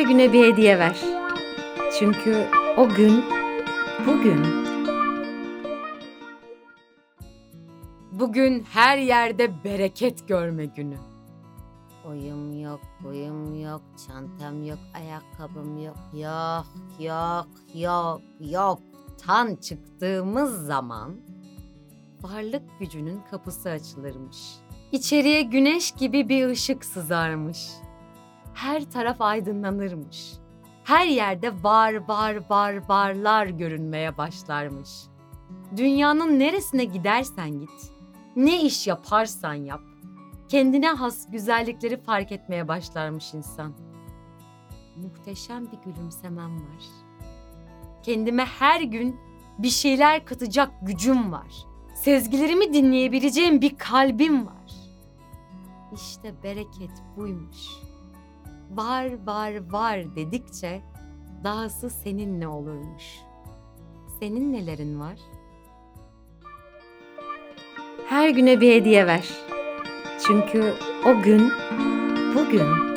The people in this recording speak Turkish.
güne bir hediye ver. Çünkü o gün bugün. Bugün her yerde bereket görme günü. Oyum yok, boyum yok, çantam yok, ayakkabım yok. Yok, yok, yok, yok. Tan çıktığımız zaman Varlık gücünün kapısı açılırmış. İçeriye güneş gibi bir ışık sızarmış. Her taraf aydınlanırmış. Her yerde varlar görünmeye başlarmış. Dünyanın neresine gidersen git, ne iş yaparsan yap, kendine has güzellikleri fark etmeye başlarmış insan. Muhteşem bir gülümsemem var. Kendime her gün bir şeyler katacak gücüm var. Sezgilerimi dinleyebileceğim bir kalbim var. İşte bereket buymuş. Var dedikçe dahası seninle olurmuş. Senin nelerin var? Her güne bir hediye ver. Çünkü o gün bugün.